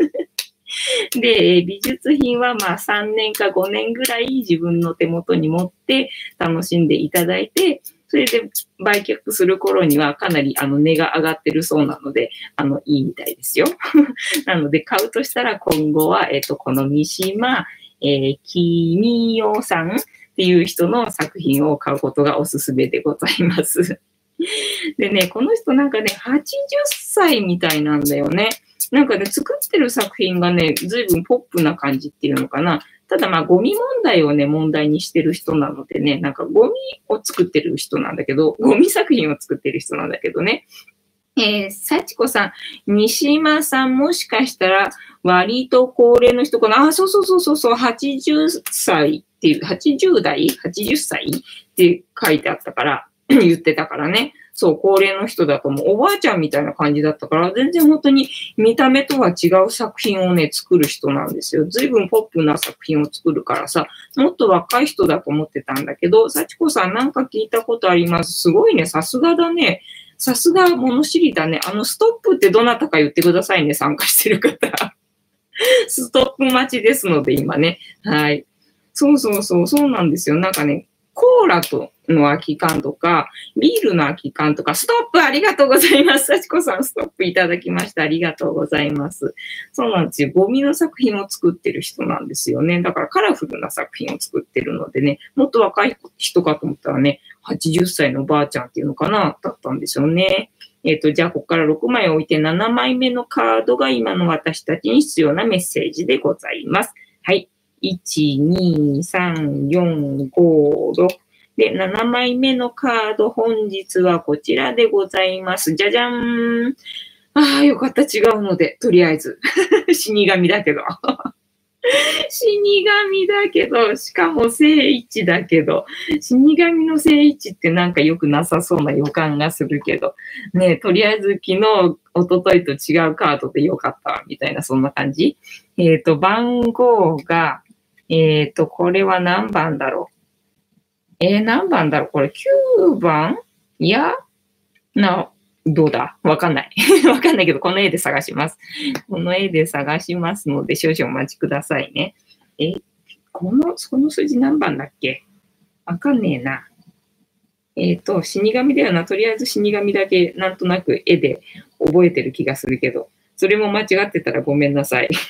で、美術品はまあさんねんかごねんぐらい自分の手元に持って楽しんでいただいて、それで売却する頃にはかなりあの値が上がってるそうなので、あの、いいみたいですよ。なので買うとしたら今後は、えっと、この三島、えー、きみよさんっていう人の作品を買うことがおすすめでございます。でね、この人なんかね、はちじゅっさいみたいなんだよね。なんかね、作ってる作品がね、ずいぶんポップな感じっていうのかな。ただまあ、ゴミ問題をね、問題にしてる人なのでね、なんかゴミを作ってる人なんだけど、ゴミ作品を作ってる人なんだけどね。えー、幸子さん、三島さんもしかしたら割と高齢の人かな。あ、そうそうそうそうそう、はちじゅっさいっていう、はちじゅう代 ?はちじゅっ 歳って書いてあったから、言ってたからね。そう、高齢の人だともうおばあちゃんみたいな感じだったから、全然本当に見た目とは違う作品をね、作る人なんですよ。随分ポップな作品を作るからさ、もっと若い人だと思ってたんだけど、幸子さんなんか聞いたことあります。すごいね、さすがだね。さすが物知りだね。あの、ストップってどなたか言ってくださいね、参加してる方。ストップ待ちですので、今ね。はい。そうそうそう、そうなんですよ。なんかね、コーラとの空き缶とか、ビールの空き缶とか、ストップありがとうございます。幸子さん、ストップいただきました。ありがとうございます。そうなんですよ。ゴミの作品を作ってる人なんですよね。だからカラフルな作品を作ってるのでね、もっと若い人かと思ったらね、はちじゅっさいのおばあちゃんっていうのかな、だったんですよね。えっと、じゃあ、ここからろくまい置いてななまいめのカードが今の私たちに必要なメッセージでございます。はい。いち、に、さん、よん、ご、ろく。で、ななまいめのカード、本日はこちらでございます。じゃじゃん。ああ、よかった。違うので、とりあえず。死神だけど。死神だけど、しかも正位置だけど、死神の正位置ってなんか良くなさそうな予感がするけど、ね、とりあえず昨日、一昨日と違うカードでよかったみたいな、そんな感じ。えっと、番号が、えっと、これは何番だろう。えー、何番だろうこれきゅうばんいやな、どうだわかんない。わかんないけど、この絵で探します。この絵で探しますので、少々お待ちくださいね。え、この、この数字何番だっけわかんねえな。えっ、ー、と、死神だよな。とりあえず死神だけなんとなく絵で覚えてる気がするけど、それも間違ってたらごめんなさい。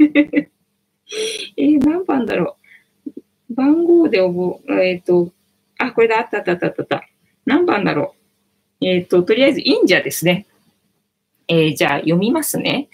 えー、何番だろう。番号で覚え、えっ、ー、と、あ、これだ、あったあったあったあった。何番だろう。えっ、ー、と、とりあえず、忍者ですね。えー、じゃあ、読みますね。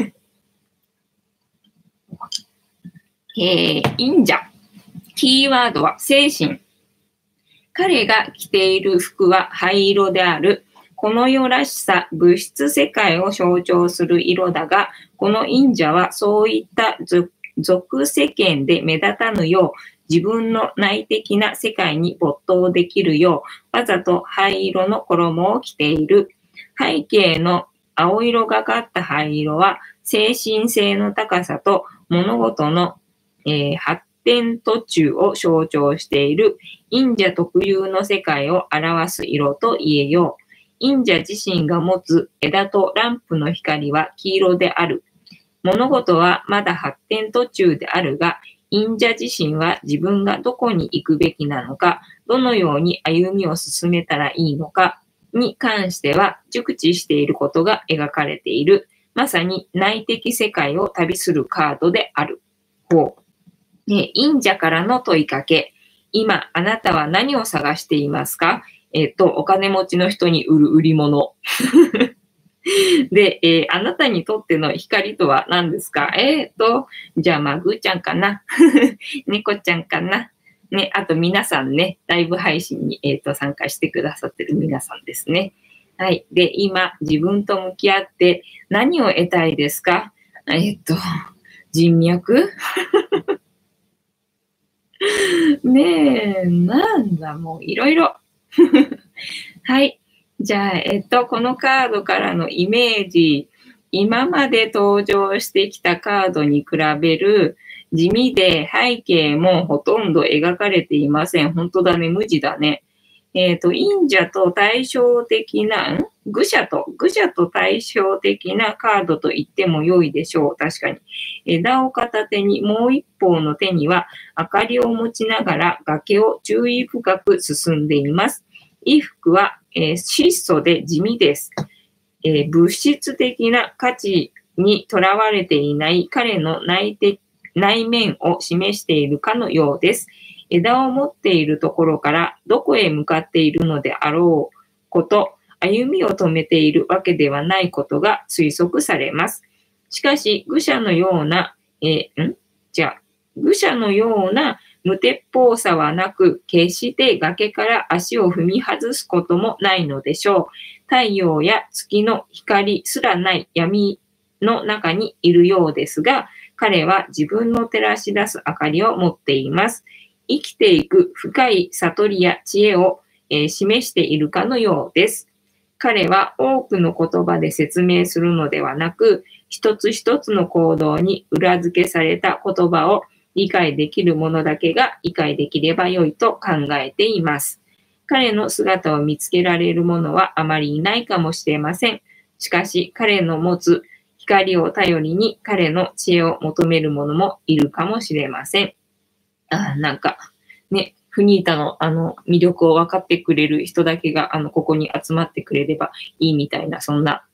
えー、忍者。キーワードは精神。彼が着ている服は灰色である。この世らしさ、物質世界を象徴する色だが、この忍者はそういった俗世間で目立たぬよう、自分の内的な世界に没頭できるよう、わざと灰色の衣を着ている。背景の青色がかった灰色は、精神性の高さと物事の、えー、発展途中を象徴している忍者特有の世界を表す色と言えよう。忍者自身が持つ枝とランプの光は黄色である。物事はまだ発展途中であるが、忍者自身は自分がどこに行くべきなのか、どのように歩みを進めたらいいのかに関しては熟知していることが描かれている。まさに内的世界を旅するカードである。ほう。 ね、忍者からの問いかけ。今、あなたは何を探していますか？えっと、お金持ちの人に売る売り物。で、えーあなたにとっての光とは何ですか？えっと、じゃあ、まあ、ぐーちゃんかな。猫ちゃんかな。ね、あと皆さんね、ライブ配信に、えっと、参加してくださってる皆さんですね。はい。で、今、自分と向き合って何を得たいですか？えっと、人脈ねえ、なんだ、もういろいろ。はい。じゃあ、えっと、このカードからのイメージ、今まで登場してきたカードに比べる地味で背景もほとんど描かれていません。本当だね、無地だね。えっと、忍者と対照的な、ん愚者と、愚者と対照的なカードと言っても良いでしょう。確かに。枝を片手にもう一方の手には明かりを持ちながら崖を注意深く進んでいます。衣服は、えー質素で地味です。えー物質的な価値にとらわれていない彼の内的内面を示しているかのようです。枝を持っているところからどこへ向かっているのであろうこと、歩みを止めているわけではないことが推測されます。しかし、愚者のような、えーんじゃあ、愚者のような無鉄砲さはなく、決して崖から足を踏み外すこともないのでしょう。太陽や月の光すらない闇の中にいるようですが、彼は自分の照らし出す明かりを持っています。生きていく深い悟りや知恵を、えー示しているかのようです。彼は多くの言葉で説明するのではなく、一つ一つの行動に裏付けされた言葉を理解できるものだけが理解できればよいと考えています。彼の姿を見つけられるものはあまりいないかもしれません。しかし彼の持つ光を頼りに彼の知恵を求める者もいるかもしれません。あ、なんか、ね、フニータのあの魅力を分かってくれる人だけがあのここに集まってくれればいいみたいな、そんな、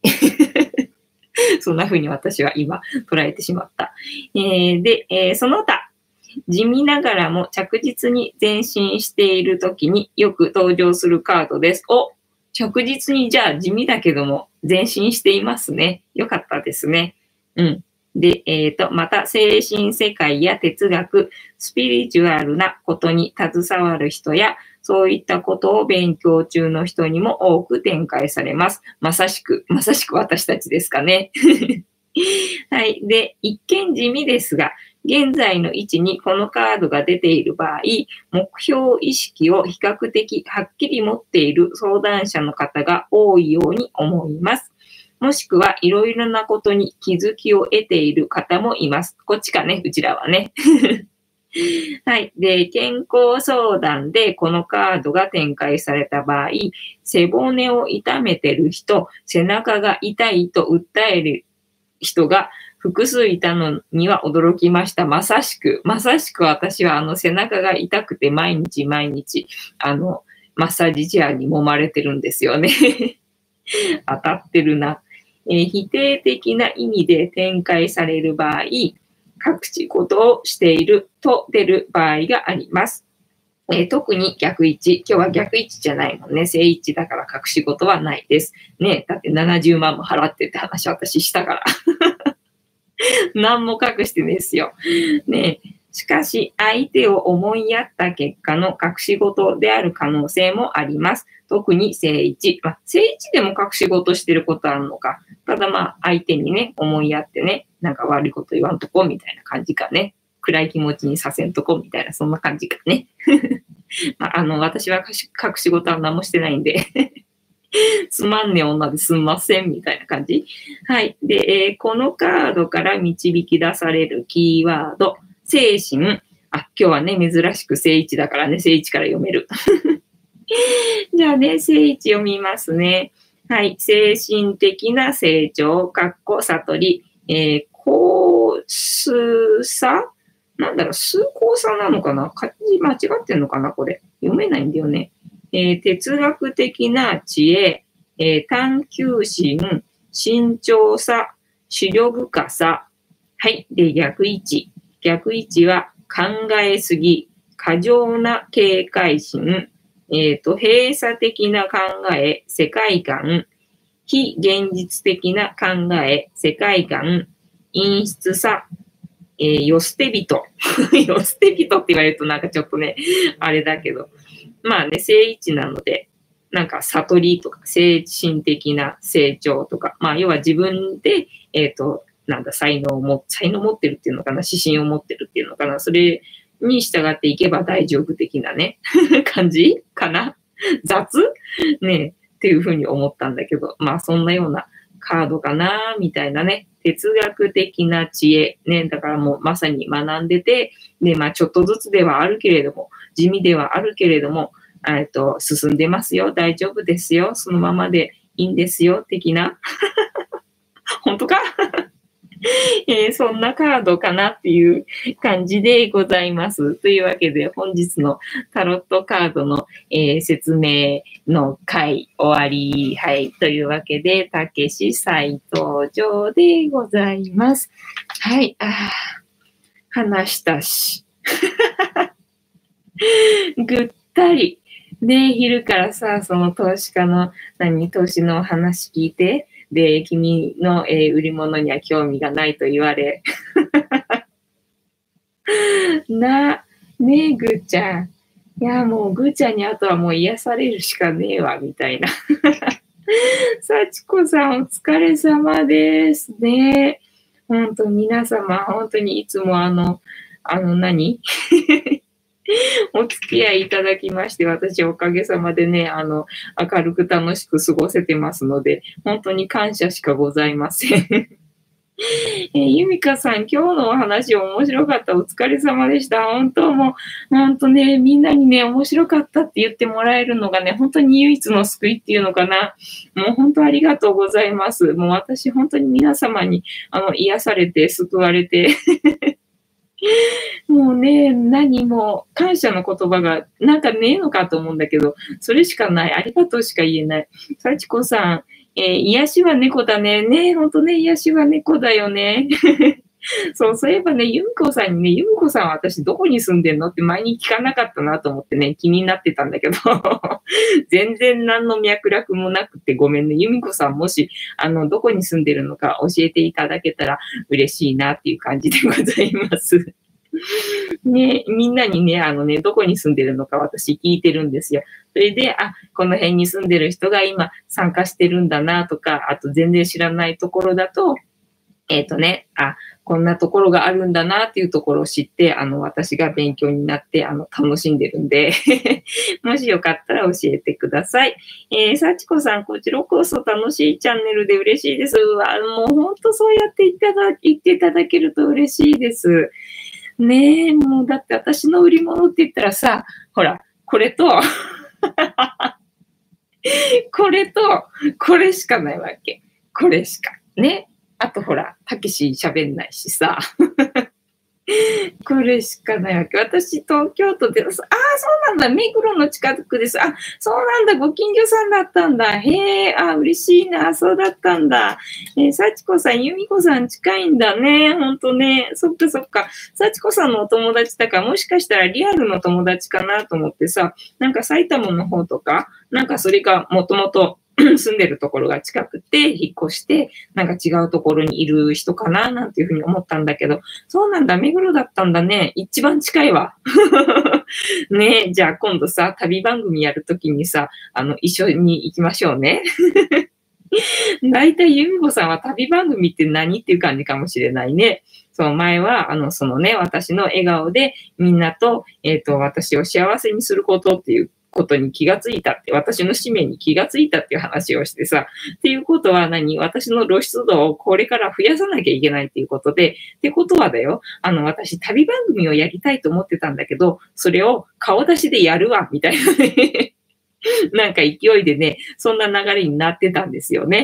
そんな風に私は今捉えてしまった。えーで、えーその他、地味ながらも着実に前進している時によく登場するカードです。お、着実にじゃあ地味だけども前進していますね。よかったですね。うん。で、えっ、と、また精神世界や哲学、スピリチュアルなことに携わる人や、そういったことを勉強中の人にも多く展開されます。まさしく、まさしく私たちですかね。はい。で、一見地味ですが、現在の位置にこのカードが出ている場合、目標意識を比較的はっきり持っている相談者の方が多いように思います。もしくはいろいろなことに気づきを得ている方もいます。こっちかね、うちらはね。はい。で、健康相談でこのカードが展開された場合、背骨を痛めてる人、背中が痛いと訴える人が複数いたのには驚きました。まさしく、まさしく私はあの背中が痛くて毎日毎日、あの、マッサージチェアに揉まれてるんですよね。当たってるな。えー否定的な意味で展開される場合、隠し事をしていると出る場合があります。えー特に逆位置。今日は逆位置じゃないもんね。正位置だから隠し事はないです。ねだってななじゅうまんも払ってって話私したから。何も隠してですよ。ねしかし、相手を思いやった結果の隠し事である可能性もあります。特に正位置。まあ、正位置でも隠し事してることあるのか。ただまあ、相手にね、思いやってね、なんか悪いこと言わんとこみたいな感じかね。暗い気持ちにさせんとこみたいな、そんな感じかね。まあ、あの、私は隠し隠し事は何もしてないんでつまんねえ女ですんませんみたいな感じ。はい。で、えーこのカードから導き出されるキーワード、精神。あ、今日はね、珍しく正位置だからね、正位置から読める。じゃあね、正位置読みますね。はい。精神的な成長、かっこ悟り、えー、高数差なんだろう、数高差なのかな漢字間違ってんのかなこれ。読めないんだよね。えー哲学的な知恵、えー探求心、慎重さ、思慮深さ。はい。で、逆位置。逆位置は、 考えすぎ、過剰な警戒心、えっと、閉鎖的な考え、世界観、非現実的な考え、世界観、陰湿さ、えー、よ捨て人。よ捨て人って言われるとなんかちょっとね、あれだけど。まあね、正位置なので、なんか悟りとか精神的な成長とか、まあ要は自分で、えっと、なんだ、才能をも、才能を持ってるっていうのかな、指針を持ってるっていうのかな、それに従っていけば大丈夫的なね、感じかな。雑ねっていうふうに思ったんだけど、まあそんなようなカードかな、みたいなね、哲学的な知恵、ね、だからもうまさに学んでて、で、まあちょっとずつではあるけれども、地味ではあるけれども、えっと、進んでますよ、大丈夫ですよ、そのままでいいんですよ、的な。本当かえー、そんなカードかなっていう感じでございます。というわけで本日のタロットカードの、えー、説明の回終わり。はい。というわけで、たけし再登場でございます。はい。あ話したし。ぐったり。で、昼からさ、その投資家の、何、投資の話聞いて、で、君の、えー、売り物には興味がないと言われ。な、ねえ、ぐーちゃん。いや、もうぐーちゃんにあとはもう癒されるしかねえわ、みたいな。幸子さん、お疲れ様ですね。本当皆様、本当にいつもあの、あの何お付き合いいただきまして、私おかげさまでね、あの、明るく楽しく過ごせてますので、本当に感謝しかございません。えー、ゆみかさん、今日のお話面白かった。お疲れ様でした。本当もう、本当ね、みんなにね、面白かったって言ってもらえるのがね、本当に唯一の救いっていうのかな。もう本当ありがとうございます。もう私本当に皆様に、あの、癒されて、救われて、もうね、何も感謝の言葉がなんかねえのかと思うんだけど、それしかない。ありがとうしか言えない。幸子さん、えー、癒しは猫だね。ねえ、ほんとね、癒しは猫だよね。そう、そういえばね、ゆみこさんにね、ゆみこさんは私どこに住んでんのって前に聞かなかったなと思ってね、気になってたんだけど、全然何の脈絡もなくてごめんね。ゆみこさんもし、あの、どこに住んでるのか教えていただけたら嬉しいなっていう感じでございます。ね、みんなにね、あのね、どこに住んでるのか私聞いてるんですよ。それで、あ、この辺に住んでる人が今参加してるんだなとか、あと全然知らないところだと、えっとね、あ、こんなところがあるんだなっていうところを知って、あの、私が勉強になって、あの、楽しんでるんで、もしよかったら教えてください。えー、幸子さん、こちらこそ楽しいチャンネルで嬉しいです。あもう本当そうやっていただ、言っていただけると嬉しいです。ねえ、もうだって私の売り物って言ったらさ、ほら、これと、これと、これしかないわけ。これしか。ね。あとほら、たけし喋んないしさ。これしかないわけ。私、東京都で、ああ、そうなんだ。目黒の近くです。あ、そうなんだ。ご近所さんだったんだ。へえ、あ、嬉しいな。そうだったんだ。えー、幸子さん、由美子さん近いんだね。ほんとね。そっかそっか。幸子さんのお友達だから、もしかしたらリアルの友達かなと思ってさ、なんか埼玉の方とか、なんかそれがもともと、住んでるところが近くて、引っ越して、なんか違うところにいる人かな、なんていうふうに思ったんだけど、そうなんだ、目黒だったんだね。一番近いわ。ねえ、じゃあ今度さ、旅番組やるときにさ、あの、一緒に行きましょうね。だいたいゆみこさんは旅番組って何っていう感じかもしれないね。そう、前は、あの、そのね、私の笑顔でみんなと、えっと、私を幸せにすることっていうことに気がついたって、私の使命に気がついたっていう話をしてさ、っていうことは何？私の露出度をこれから増やさなきゃいけないっていうことで、ってことはだよ、あの、私旅番組をやりたいと思ってたんだけど、それを顔出しでやるわ、みたいなね。なんか勢いでね、そんな流れになってたんですよね。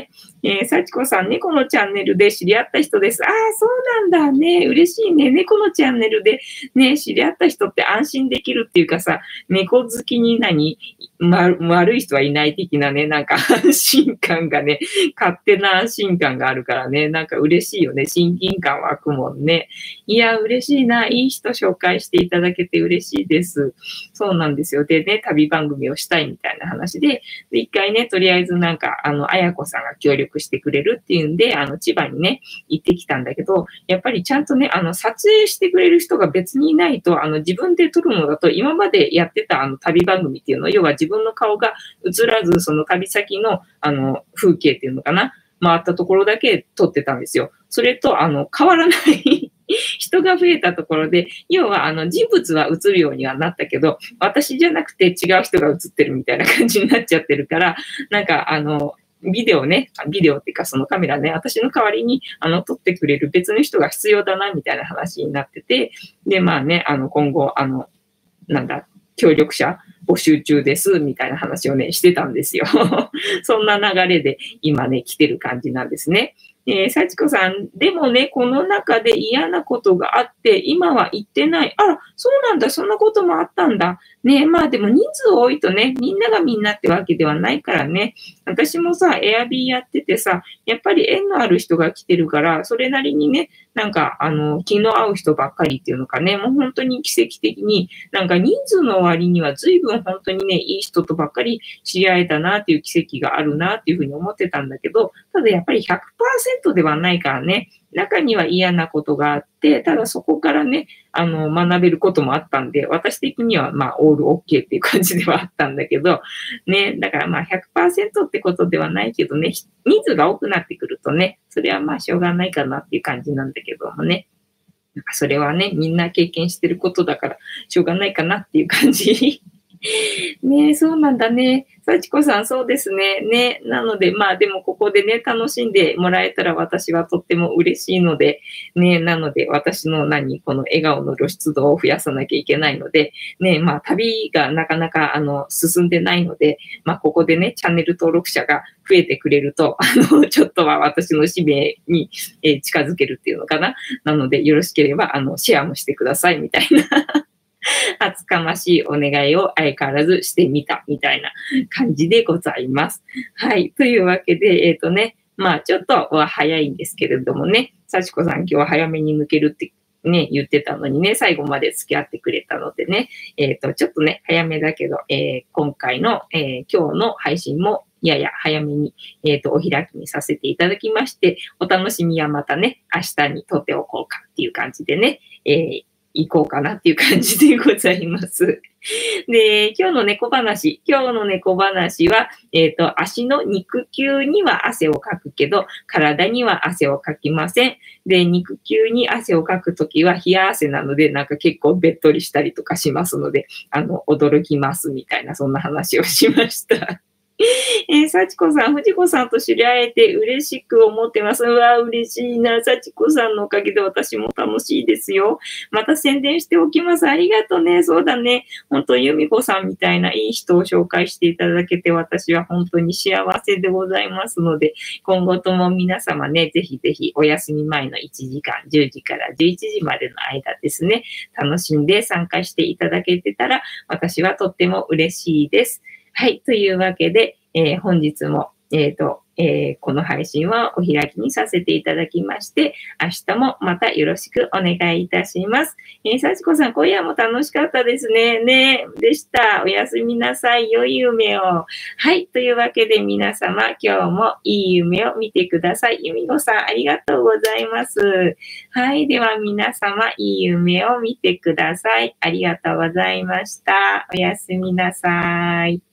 えー、幸子さん、猫のチャンネルで知り合った人です。ああ、そうなんだね。嬉しいね。猫のチャンネルでね、知り合った人って安心できるっていうかさ、猫好きに何、ま、悪い人はいない的なね、なんか安心感がね、勝手な安心感があるからね、なんか嬉しいよね。親近感湧くもんね。いや、嬉しいな。いい人紹介していただけて嬉しいです。そうなんですよ。でね、旅番組をしたいみたいな話で、で、一回ね、とりあえずなんか、あの、あやこさんが協力してくれるっていうんで、あの、千葉にね、行ってきたんだけど、やっぱりちゃんとね、あの、撮影してくれる人が別にいないと、あの、自分で撮るのだと、今までやってたあの、旅番組っていうの、要は自分の顔が映らず、その旅先の、あの、風景っていうのかな、回ったところだけ撮ってたんですよ。それと、あの、変わらない人が増えたところで、要はあの人物は映るようにはなったけど、私じゃなくて違う人が映ってるみたいな感じになっちゃってるから、なんかあの、ビデオね、ビデオっていうかそのカメラね、私の代わりにあの撮ってくれる別の人が必要だなみたいな話になってて、で、まあね、あの今後、あの、なんだ、協力者募集中ですみたいな話をね、してたんですよ。そんな流れで今ね、来てる感じなんですね。えー、幸子さん、でもね、この中で嫌なことがあって、今は行ってない。あら、そうなんだ、そんなこともあったんだ。ね、まあでも人数多いとね、みんながみんなってわけではないからね。私もさ、エアビーやっててさ、やっぱり縁のある人が来てるから、それなりにね、なんか、あの、気の合う人ばっかりっていうのかね、もう本当に奇跡的に、なんか人数の割には随分本当にね、いい人とばっかり知り合えたなっていう奇跡があるなっていうふうに思ってたんだけど、ただやっぱりひゃくパーセントではないからね、中には嫌なことがあって、ただそこからね、あの、学べることもあったんで、私的にはまあ、オールオッケーっていう感じではあったんだけど、ね、だからまあひゃくパーセントってことではないけどね、人数が多くなってくるとね、それはまあしょうがないかなっていう感じなんだけどもね。なんかそれはね、みんな経験してることだから、しょうがないかなっていう感じ。ねえ、そうなんだね。幸子さん、そうですね。ね。なので、まあでもここでね、楽しんでもらえたら私はとっても嬉しいので、ね。なので、私の何、この笑顔の露出度を増やさなきゃいけないので、ね。まあ旅がなかなか、あの、進んでないので、まあここでね、チャンネル登録者が増えてくれると、あの、ちょっとは私の使命に、えー近づけるっていうのかな。なので、よろしければ、あの、シェアもしてください、みたいな。厚かましいお願いを相変わらずしてみたみたいな感じでございます。はい。というわけで、えっ、ー、とね、まあちょっとは早いんですけれどもね、幸子さん今日は早めに抜けるってね、言ってたのにね、最後まで付き合ってくれたのでね、えっ、ー、と、ちょっとね、早めだけど、えー、今回の、えー、今日の配信もやや早めに、えっ、と、お開きにさせていただきまして、お楽しみはまたね、明日にとっておこうかっていう感じでね、えー行こうかなっていう感じでございます。で、今日の猫話。今日の猫話は、えっ、と、足の肉球には汗をかくけど、体には汗をかきません。で、肉球に汗をかくときは冷や汗なので、なんか結構べっとりしたりとかしますので、あの、驚きますみたいな、そんな話をしました。えー、幸子さん、藤子さんと知り合えて嬉しく思ってます。うわ、嬉しいな。幸子さんのおかげで私も楽しいですよ。また宣伝しておきます。ありがとうね。そうだね。本当、由美子さんみたいないい人を紹介していただけて私は本当に幸せでございますので、今後とも皆様ね、ぜひぜひお休み前のいちじかん、じゅうじからじゅういちじまでの間ですね、楽しんで参加していただけてたら、私はとっても嬉しいです。はい。というわけで、えー、本日も、えっ、ー、と、えー、この配信はお開きにさせていただきまして、明日もまたよろしくお願いいたします。えー、幸子さん、今夜も楽しかったですね。ねでした。おやすみなさい。良い夢を。はい。というわけで皆様、今日もいい夢を見てください。由美子さん、ありがとうございます。はい。では皆様、いい夢を見てください。ありがとうございました。おやすみなさい。